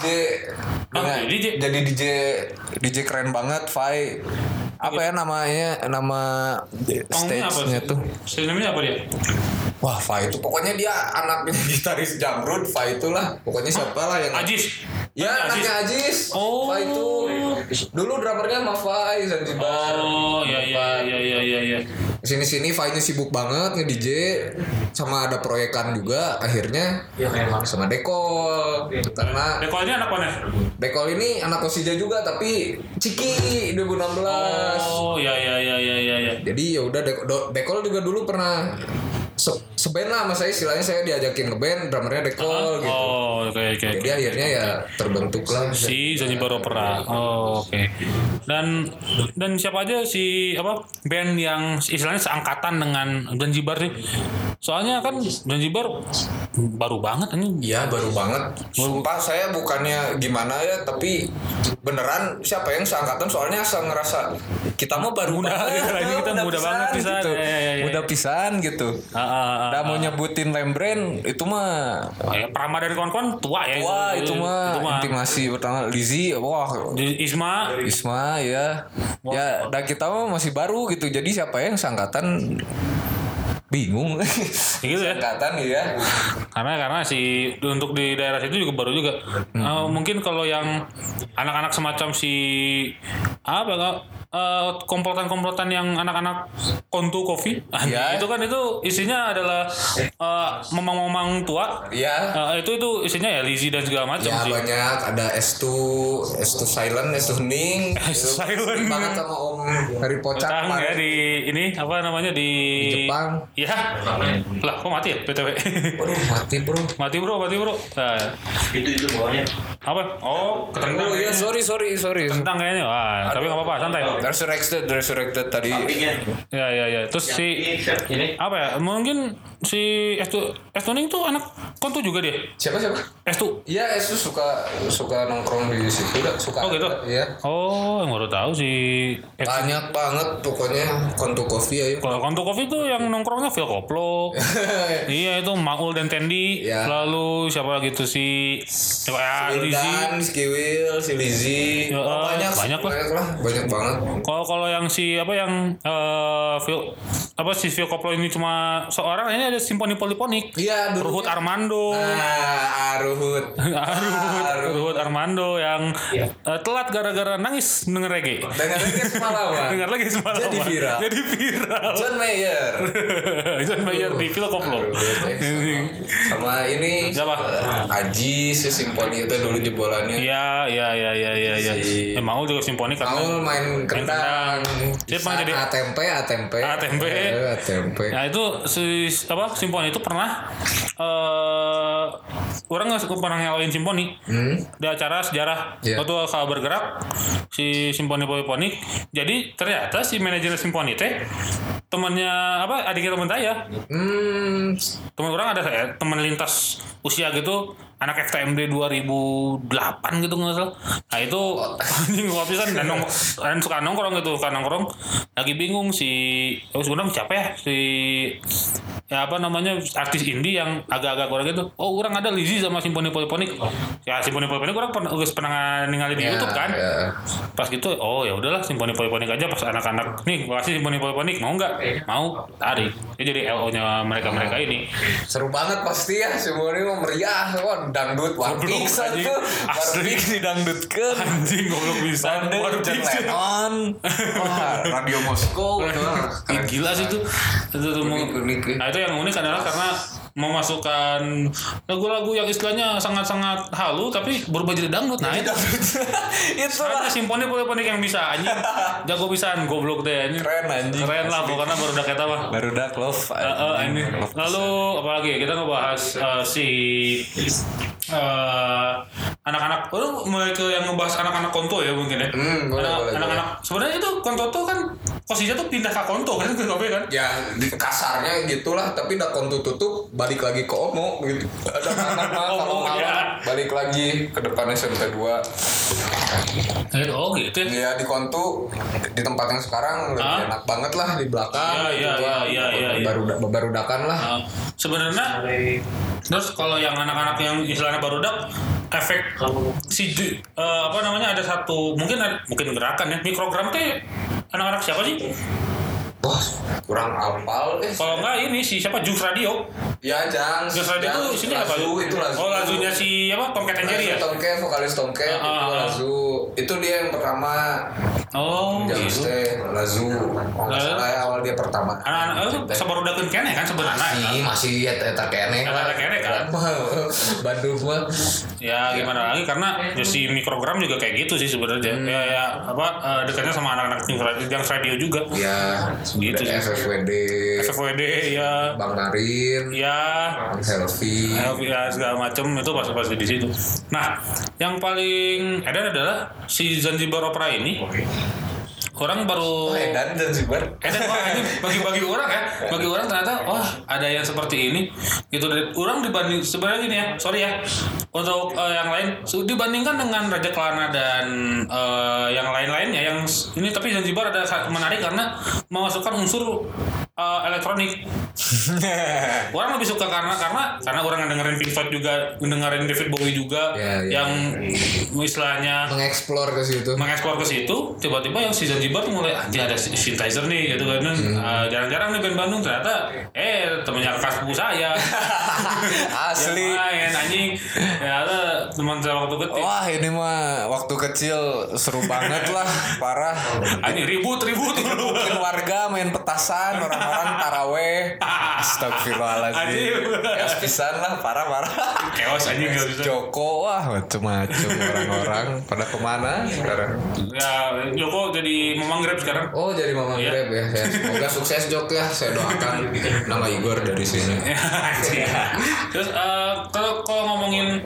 Speaker 3: Jadi DJ keren banget, Fai. Apa ya nama stage-nya tuh?
Speaker 1: Stage-nya apa dia?
Speaker 3: Wah, Fai itu pokoknya dia anak gitaris Jamrud, Fai itulah. Pokoknya siapa lah yang
Speaker 1: Ajis.
Speaker 3: Ya, anaknya Ajis.
Speaker 1: Oh.
Speaker 3: Fai itu dulu drummernya sama Fai Zanzibar.
Speaker 1: Oh, iya.
Speaker 3: Sini Fai-nya sibuk banget nge-DJ, sama ada proyekan juga akhirnya sama Dekol. Karena
Speaker 1: Dekolnya anak mana?
Speaker 3: Dekol ini anak Kosija juga tapi Ciki 2016.
Speaker 1: Oh, iya.
Speaker 3: Jadi ya udah Dekol juga dulu pernah seband lah sama saya, istilahnya saya diajakin ke band, drummernya Dekol gitu.
Speaker 1: Oh, oke.
Speaker 3: Jadi akhirnya ya terbentuklah
Speaker 1: si Zanzibar Opera. Oh, oke. Dan siapa aja band yang istilahnya seangkatan dengan Zanzibar sih? Soalnya kan Zanzibar baru banget ini.
Speaker 3: Iya, baru banget. Sumpah saya bukannya gimana ya, tapi beneran siapa yang seangkatan, soalnya asal ngerasa kita mah baru
Speaker 1: muda
Speaker 3: banget.
Speaker 1: Kita muda banget pisan
Speaker 3: gitu.
Speaker 1: Ya.
Speaker 3: Muda pisan gitu. Udah mau nyebutin Lembren itu mah
Speaker 1: Prama dari kawan-kawan tua ya.
Speaker 3: Wah, itu mah intimasi pertama Lizzy, Isma ya. Ya, dan kita mah masih baru gitu. Jadi siapa yang seangkatan bingung
Speaker 1: gitu ya.
Speaker 3: Angkatan ya.
Speaker 1: Karena untuk di daerah situ juga baru juga. Mungkin kalau yang anak-anak semacam komplotan yang anak-anak kontu kopi itu kan itu isinya adalah mamang-mamang tua.
Speaker 3: Iya.
Speaker 1: Itu isinya ya Lizzy dan segala macam
Speaker 3: ya,
Speaker 1: sih.
Speaker 3: Banyak ada S2 Silent, S2 Hening.
Speaker 1: Silent
Speaker 3: banget sama Om Harry Pocak
Speaker 1: ya di ini apa namanya di
Speaker 3: Jepang.
Speaker 1: Ya. Lah kok mati ya BTW?
Speaker 3: Waduh, mati bro.
Speaker 1: Nah. Itu bawahnya. Apa? Oh, ketendang.
Speaker 3: Oh iya, sorry.
Speaker 1: Tentang kayaknya. Wah, tapi enggak apa-apa, santai.
Speaker 3: Resurrected tadi.
Speaker 1: Ya. Terus ini apa ya? Mungkin si Estuning tuh anak kontu juga dia.
Speaker 3: Siapa?
Speaker 1: Estu.
Speaker 3: Iya, Estu suka nongkrong di situ juga, suka.
Speaker 1: Oh gitu.
Speaker 3: Iya.
Speaker 1: Oh, yang baru tahu sih.
Speaker 3: Banyak banget pokoknya kontu kopi ayo.
Speaker 1: Kalau kontu kopi tuh yang nongkrongnya Phil Koplo. Iya, itu Maul dan Tendi.
Speaker 3: Ya.
Speaker 1: Lalu siapa lagi tuh si
Speaker 3: Wildan, si Kiwil, si Lizzy.
Speaker 1: Ya, banyak
Speaker 3: banget.
Speaker 1: Kalau yang si Phil Koplo ini cuma seorang, ini ada simfoni poliponik.
Speaker 3: Iya,
Speaker 1: Ruhut Armando. Ruhut Armando yang telat gara-gara nangis denger reggae. Dengar lagi semalam.
Speaker 3: Jadi viral. John Mayer
Speaker 1: di Phil Koplo.
Speaker 3: Sama ini
Speaker 1: siapa?
Speaker 3: Aji si simfoni itu dulu jebolannya.
Speaker 1: Iya. Maul juga simfoni kan.
Speaker 3: Maul main kendang.
Speaker 1: Siapa jadi
Speaker 3: ATMP. tempe.
Speaker 1: Nah itu simfoni itu pernah orang nggak pernah ngelawain simfoni di acara sejarah waktu kalau bergerak si simfoni polifonik. Jadi ternyata si manajer simfoni teh temannya adiknya teman saya. Teman orang ada teman lintas usia gitu, anak FTMD 2008 gitu nggak salah. Nah itu anjing wapisan dan suka nongkrong gitu, kan nongkrong lagi bingung sebenarnya siapa ya artis indie yang agak-agak kurang gitu. Oh orang ada Lizzy sama Simfoni Polifonik. Ya Simfoni Polifonik orang pernah ninggalin di YouTube kan. Pas gitu ya udahlah Simfoni Polifonik aja. Pas anak-anak nih kasih Simfoni Polifonik mau nggak? Mau, tarik. Dia jadi LO-nya mereka ini.
Speaker 3: Seru banget pasti ya Simfoni mau meriah. Wah dangdut Warpix itu. Warpix didangdutkeun.
Speaker 1: Anjing goblok bisa.
Speaker 3: Warpix Lennon. Wah Radio Moskow.
Speaker 1: Gila sih itu. Nah itu yang unik adalah karena memasukkan lagu-lagu yang istilahnya sangat-sangat halu tapi berubah jadi dangdut. Nah itu ada Simfoni Polifonik yang bisa anjing. Jago pisan goblok teh anjing. Keren lah pokoknya barudak eta mah.
Speaker 3: Barudak love.
Speaker 1: Lalu apalagi kita ngebahas anak-anak. Mulai ke yang ngebahas anak-anak konto ya mungkin ya. Anak-anak sebenarnya itu konto tuh kan posisinya tuh pindah ke konto kan
Speaker 3: ya kasarnya gitulah, tapi udah konto tutup balik lagi ke Omo gitu. Ada anak kalau malam balik lagi ke depan SMP 2.
Speaker 1: Oh gitu ya.
Speaker 3: Ya di konto di tempat yang sekarang lebih enak banget lah di belakang.
Speaker 1: Iya.
Speaker 3: Barudakan lah.
Speaker 1: Sebenarnya terus kalau yang anak-anak yang istilahnya barudak efek ada satu mungkin gerakan ya mikrogram teh anak-anak siapa sih?
Speaker 3: Wah kurang apal.
Speaker 1: Kalau enggak ini siapa Jux Radio?
Speaker 3: Ya
Speaker 1: Jux Radio itu sini apa?
Speaker 3: Itu Lazu.
Speaker 1: Oh Lazunya si Tomcat and Jerry ya?
Speaker 3: Tomcat, vokalis Tomcat itu Lazu. Itu dia yang pertama.
Speaker 1: Oh gitu.
Speaker 3: Lazu. Nggak salah ya awal dia pertama.
Speaker 1: Anak-anak itu sabarudakeun keneh kan sebenarnya.
Speaker 3: Masih eta keneh.
Speaker 1: Eta keneh kan.
Speaker 3: Bandung mah.
Speaker 1: Ya gimana lagi karena si mikrogram juga kayak gitu sih sebenarnya. Dekatnya sama anak-anak Jux Radio juga.
Speaker 3: Ya.
Speaker 1: Gitu sih. FFWD ya.
Speaker 3: Bang Marin.
Speaker 1: Ya.
Speaker 3: Bang Helvi.
Speaker 1: Ya segala macam itu pasti di situ. Nah, yang paling edan adalah si Zanzibar Opera ini. Orang baru
Speaker 3: edan Zanzibar.
Speaker 1: Ini bagi orang ya. Bagi orang ternyata ada yang seperti ini. Gitu dari orang dibanding sebenarnya gini ya. Sorry ya. Untuk yang lain dibandingkan dengan Raja Kelana dan yang lain-lainnya yang ini tapi Zanzibar ada menarik karena memasukkan unsur elektronik. Orang lebih suka karena orang dengerin Pink Floyd juga, dengerin David Bowie juga yang istilahnya mengeksplor ke situ. Tiba-tiba yang si Zanzibar mulai ada synthesizer nih gitu kan. Jarang-jarang nih band Bandung ternyata temennya kelas buku saya.
Speaker 3: Asli.
Speaker 1: Main anjing. Ya ada teman saya waktu kecil.
Speaker 3: Wah ini mah waktu kecil seru banget lah, parah.
Speaker 1: Anjing ribut
Speaker 3: Mungkin warga main petasan, orang-orang taraweh. Astagfirullahaladzim. Ya pisan lah, parah.
Speaker 1: Keos anjing
Speaker 3: Joko, wah macem-macem orang-orang pada kemana sekarang?
Speaker 1: Ya Joko jadi Mamang Grab sekarang.
Speaker 3: Oh jadi Mamang Grab ya. Semoga sukses Jok ya. Saya doakan nama Igor dari sini.
Speaker 1: Terus kalau ngomongin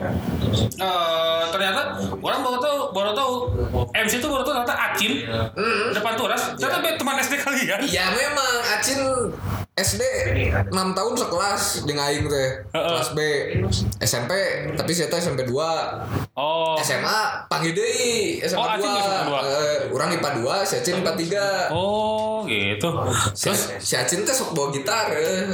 Speaker 1: ternyata orang baru tahu MC itu baru tahu ternyata Acin depan Turas ternyata teman SD kalian.
Speaker 3: Ya memang Acin SD 6 tahun sekelas dengan aing teh. Kelas B. SMP tapi saya SMP 2.
Speaker 1: Oh.
Speaker 3: SMA panggil deui SMA 2. Urang IPA 2, si Acin IPA 3.
Speaker 1: Oh, gitu.
Speaker 3: Terus si Acin teh sok bawa gitar.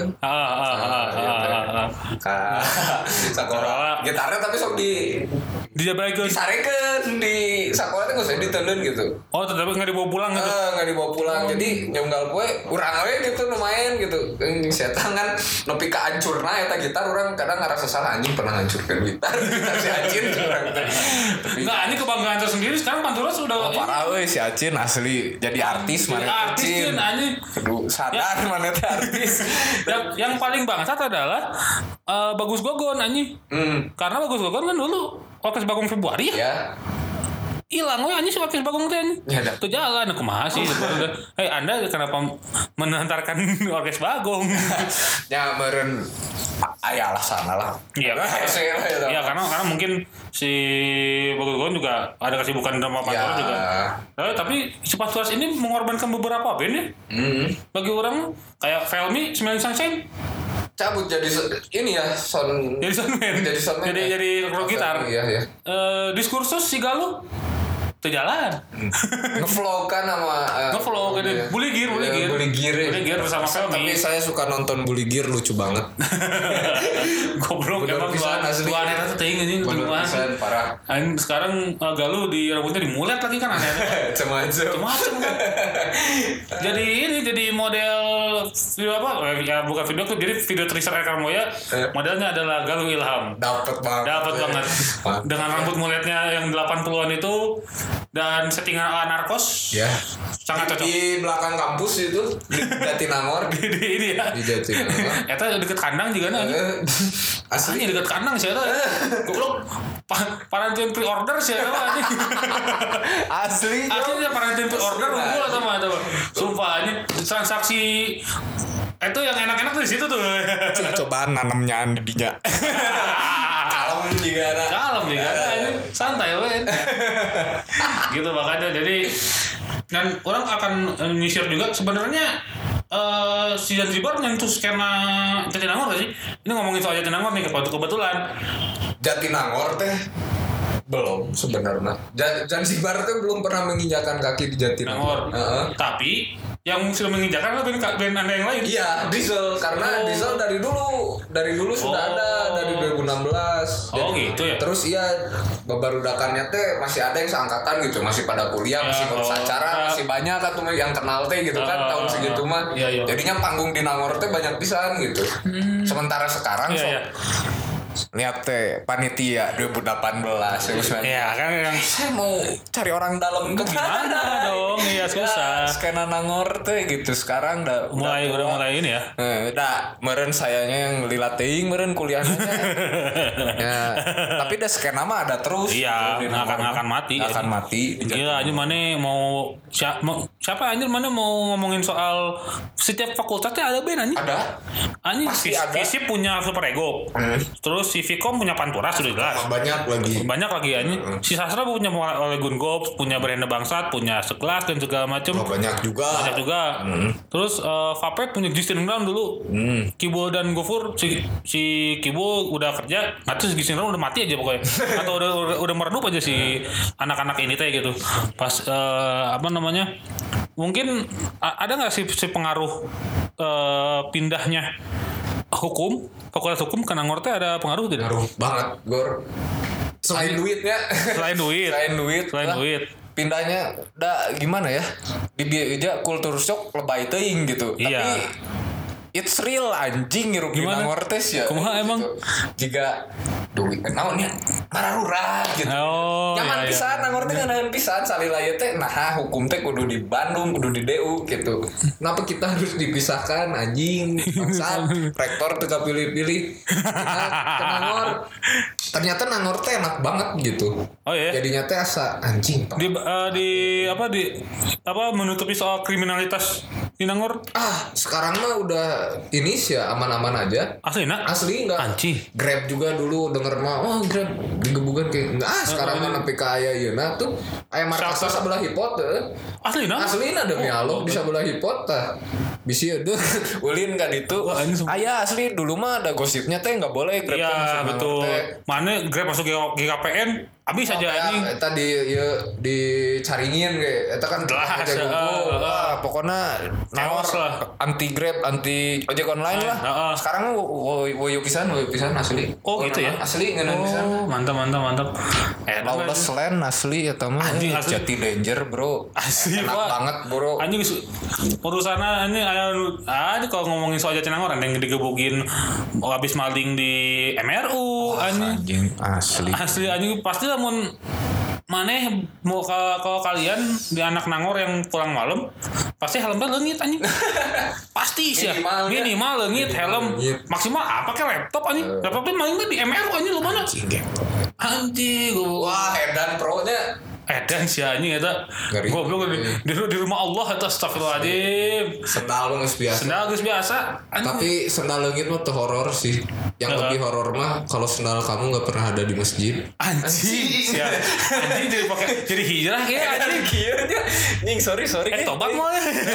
Speaker 3: Sakola. Gitarnya tapi sok disarekeun di sakola teh geus diteundeun gitu.
Speaker 1: Oh, tapi enggak dibawa pulang gitu.
Speaker 3: Enggak dibawa pulang. Jadi nyunggal poe urang we gitu lumayan gitu. Setan kan nepi ka hancurna eta gitar urang kadang ngarasa salah anjing pernah hancurkeun gitar. Si Acin urang teh.
Speaker 1: Enggak, ini kebanggaan tersendiri sekarang Pantura sudah
Speaker 3: parah we si Acin asli jadi artis mana
Speaker 1: Acin anjing.
Speaker 3: Kudu sadar mana teh artis.
Speaker 1: Yang paling bangsat adalah Bagus Gogon anjing. Karena Bagus Gogon kan dulu Orkes Bagong Februari ya. hilang we anjing si Orkes Bagong teh anjing.
Speaker 3: Ya, dah.
Speaker 1: Tuh jalan kumaha sih. Hei Anda kenapa menantarkan Orkes Bagong?
Speaker 3: Ya meureun aya alasan lah.
Speaker 1: Iya kan? Iya karena mungkin si Bagong juga ada kesibukan drama Pantura juga. Tapi si Patuas ini mengorbankan beberapa band ya. Bagi orang kayak Felmi, Smelling Sunshine
Speaker 3: cabut jadi ini ya soundman.
Speaker 1: Jadi rock gitar.
Speaker 3: Iya.
Speaker 1: Diskursus si Galuh teu jalan.
Speaker 3: Ngevlog kan sama
Speaker 1: Ngevlog ada Bully Gear bersama Felmi.
Speaker 3: Tapi saya suka nonton Bully Gear, lucu banget.
Speaker 1: Goblok emang dua aneh itu teuing anjing
Speaker 3: parah.
Speaker 1: Sekarang Galuh di rambutnya dimulet lagi kan aneh. Macam-macam kan. Jadi model video apa? Ya bukan video tuh, jadi video teaser Eka Moya. Modelnya adalah Galuh Ilham.
Speaker 3: Dapat banget.
Speaker 1: Dengan rambut muletnya yang 80-an itu dan settingan ala narkos.
Speaker 3: Ya.
Speaker 1: Sangat cocok.
Speaker 3: Di belakang kampus itu di Jatinangor.
Speaker 1: di ini ya.
Speaker 3: Di Jatinangor.
Speaker 1: Eta deket kandang juga nih. Asli deket kandang sih eta. Goblok. Parantin pre-order sih eta anjing. Asli parantin pre-order unggul sama eta. Sumpah anjing transaksi itu yang enak-enak tuh di situ tuh.
Speaker 3: Cobaan nanamnya dinya. Kalem juga
Speaker 1: ini santai we. Gitu makanya jadi dan orang akan nyisir juga sebenarnya si Zanzibar nyentuh skena Jatinangor gak sih? Ini ngomongin soal Jatinangor nih kebetulan.
Speaker 3: Jatinangor teh belum sebenarnya. Zanzibar tuh belum pernah menginjakan kaki di Jatinangor.
Speaker 1: Tapi yang sudah menginjakan adalah band Anda yang lain.
Speaker 3: Iya, Diesel karena Diesel dari dulu sudah ada dari 2016.
Speaker 1: Oh gitu ya.
Speaker 3: Terus iya babarudakannya teh masih ada yang seangkatan gitu, masih pada kuliah, masih ngurus acara, masih banyak atau yang kenal teh gitu kan tahun segitu mah. Jadinya panggung di Nangor teh banyak pisan gitu. Sementara sekarang lihat teh panitia 2018
Speaker 1: ya kan yang
Speaker 3: saya mau cari orang dalam
Speaker 1: gimana dong ya susah
Speaker 3: skena Nangor teh gitu sekarang udah
Speaker 1: mulai ini ya
Speaker 3: meren sayanya yang lila teuing meren kuliahnya ya tapi dah skena mah ada terus
Speaker 1: iya akan mati gila anjir mana mau siapa anjir mana mau ngomongin soal setiap fakultasnya ada band anjir
Speaker 3: ada
Speaker 1: anjir FISIP punya Super Ego terus si Vkom punya Pantura sudah jelas. Banyak lagi ya. Si Sastra punya Legun Gops, punya Berenda Bangsat, punya Sekelas dan segala macam.
Speaker 3: Banyak juga.
Speaker 1: Terus Vapet punya Justin Brown dulu. Kibo dan Gofur si Kibo udah kerja, atau si Justin Brown udah mati aja pokoknya. Atau udah meredup aja si anak-anak ini teh gitu. Pas mungkin ada nggak sih si pengaruh pindahnya fakultas hukum ke Nangor teh ada pengaruh tidak?
Speaker 3: Pengaruh banget, Gor. Selain duitnya. Selain duit. Pindahnya gimana ya? Di dia kultur shock lebay teuing gitu.
Speaker 1: Iya.
Speaker 3: Tapi it's real anjing ngirup di Nangor teh ya.
Speaker 1: Kumaha emang?
Speaker 3: Jika duit naonnya mararura gitu. Nyaman pisan Nangor teh nyaman pisan salila ieu teh nah hukum teh kudu di Bandung, kudu di DU gitu. Kenapa kita harus dipisahkan anjing? Bangsat, rektor teu kapilih-pilih. Ke Nangor. Ternyata Nangor teh enak banget gitu.
Speaker 1: Oh iya.
Speaker 3: Jadinya teh asa anjing.
Speaker 1: Di menutupi soal kriminalitas di Nangor?
Speaker 3: Sekarang mah udah ini sih ya aman-aman aja.
Speaker 1: Asli enggak? Anjing.
Speaker 3: Grab juga dulu denger mah Grab digebukan kayak enggak sekarang mah nepi ka aya yeuna tuh aya markas sabelah hipot teh. Aslina demi Allah di sabelah hipot tah. Bisi eueuh ulin ka ditu. Aya asli dulu mah ada gosipnya teh enggak boleh Grab
Speaker 1: masuk. Iya betul. Mana Grab masuk GKPN habis aja anjing.
Speaker 3: Eta di caringin ge eta kan pokoknya Nangor anti Grab, anti ojek online lah. Sekarang woyo pisan asli.
Speaker 1: Oh gitu ya.
Speaker 3: Asli ngeun pisan.
Speaker 1: Mantap.
Speaker 3: Lawless land asli eta mah. Jati danger, Bro.
Speaker 1: Asli
Speaker 3: enak banget, Bro.
Speaker 1: Anjing urusanna ini kalau ngomongin soal Jatinangor yang digebukin habis maling di MRU anjing. Asli anjing pasti lamun maneh mau kalau kalian di anak Nangor yang pulang malam pasti helmnya leungit anjing. Pasti sih minimal leungit helm maksimal apa ke laptop anjing. Laptopnya malingnya di MRU anjing lu mana anjing.
Speaker 3: Wah edan pro nya
Speaker 1: edan si anjing eta.
Speaker 3: Ngeri.
Speaker 1: Goblok di rumah Allah eta astagfirullahaladzim.
Speaker 3: Sendal geus biasa.
Speaker 1: Sendal geus biasa.
Speaker 3: Tapi sendal leungit mah teu horor sih. Yang lebih horor mah kalau sendal kamu enggak pernah ada di masjid.
Speaker 1: Anjing. Anjing jadi pakai jadi hijrah ya anjing.
Speaker 3: Kieu nya. Ning sorry.
Speaker 1: Tobat moal.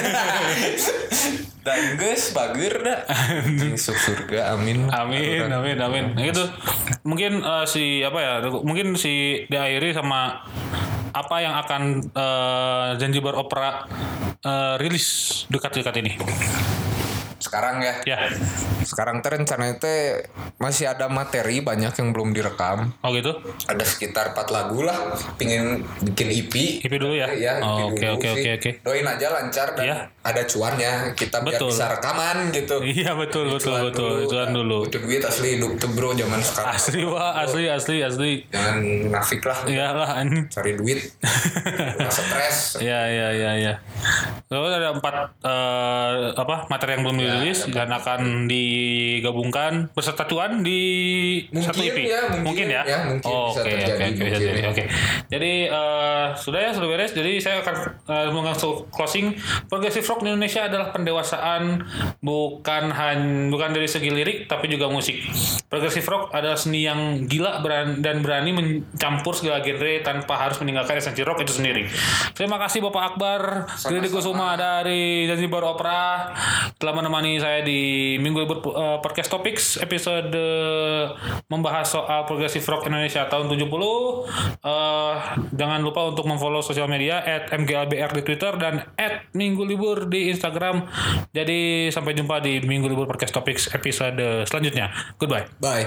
Speaker 3: Dan geus bageur da. Masuk surga amin.
Speaker 1: Amin. Nah, gitu. Mungkin mungkin diakhiri sama apa yang akan Zanzibar Opera rilis dekat-dekat ini.
Speaker 3: Sekarang ya.
Speaker 1: Ya.
Speaker 3: Sekarang rencananya teh masih ada materi banyak yang belum direkam.
Speaker 1: Oh gitu.
Speaker 3: Ada sekitar 4 lagu lah. Pingin bikin EP.
Speaker 1: EP dulu ya.
Speaker 3: Ya,
Speaker 1: Oh,
Speaker 3: EP dulu sih.
Speaker 1: Oke.
Speaker 3: Doain aja lancar dan
Speaker 1: Iya.
Speaker 3: ada cuannya. Kita biar
Speaker 1: Betul.
Speaker 3: bisa rekaman gitu.
Speaker 1: Iya betul. Cuan dulu.
Speaker 3: Butuh duit asli hidup tuh bro zaman sekarang.
Speaker 1: Asli.
Speaker 3: Jangan nafik lah.
Speaker 1: Iyalah anjing.
Speaker 3: Cari duit. Nggak stres.
Speaker 1: Iya. Terus ada 4 materi yang belum dirilis dan akan digabungkan beserta cuan di satu EP. Mungkin ya.
Speaker 3: Bisa terjadi.
Speaker 1: Oke. Jadi sudah beres. Jadi saya akan langsung closing. Progressive rock di Indonesia adalah pendewasaan bukan dari segi lirik tapi juga musik. Progressive rock adalah seni yang gila dan berani mencampur segala genre tanpa harus meninggalkan esensi rock itu sendiri. Terima kasih Bapak Akbar Didi Kusuma dari Zanzibar Opera telah menemani saya di Minggu Libur Podcast Topics episode membahas soal Progressive Rock Indonesia tahun 70. Jangan lupa untuk memfollow sosial media @mglbr di Twitter dan @Minggu Libur di Instagram. Jadi sampai jumpa di Minggu Libur Podcast Topics episode selanjutnya. Goodbye.
Speaker 3: Bye.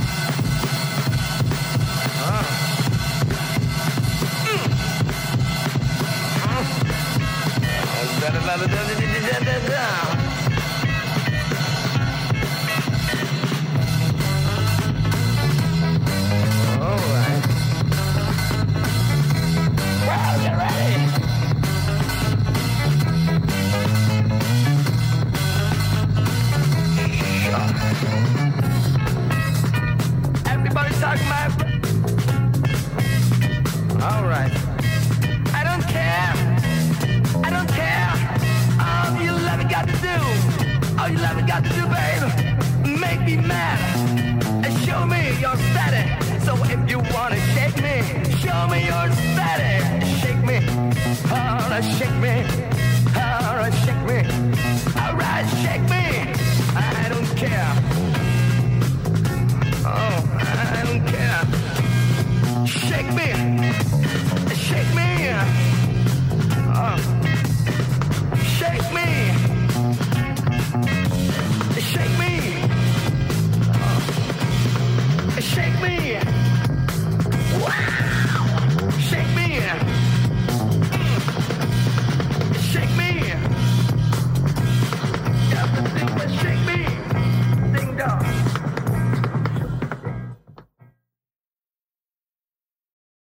Speaker 2: Everybody talk my. All right. I don't care. All you love got to do, babe, make me mad and show me your status. So if you wanna shake me, show me your status. Shake me, shake me, shake me. All right, shake me.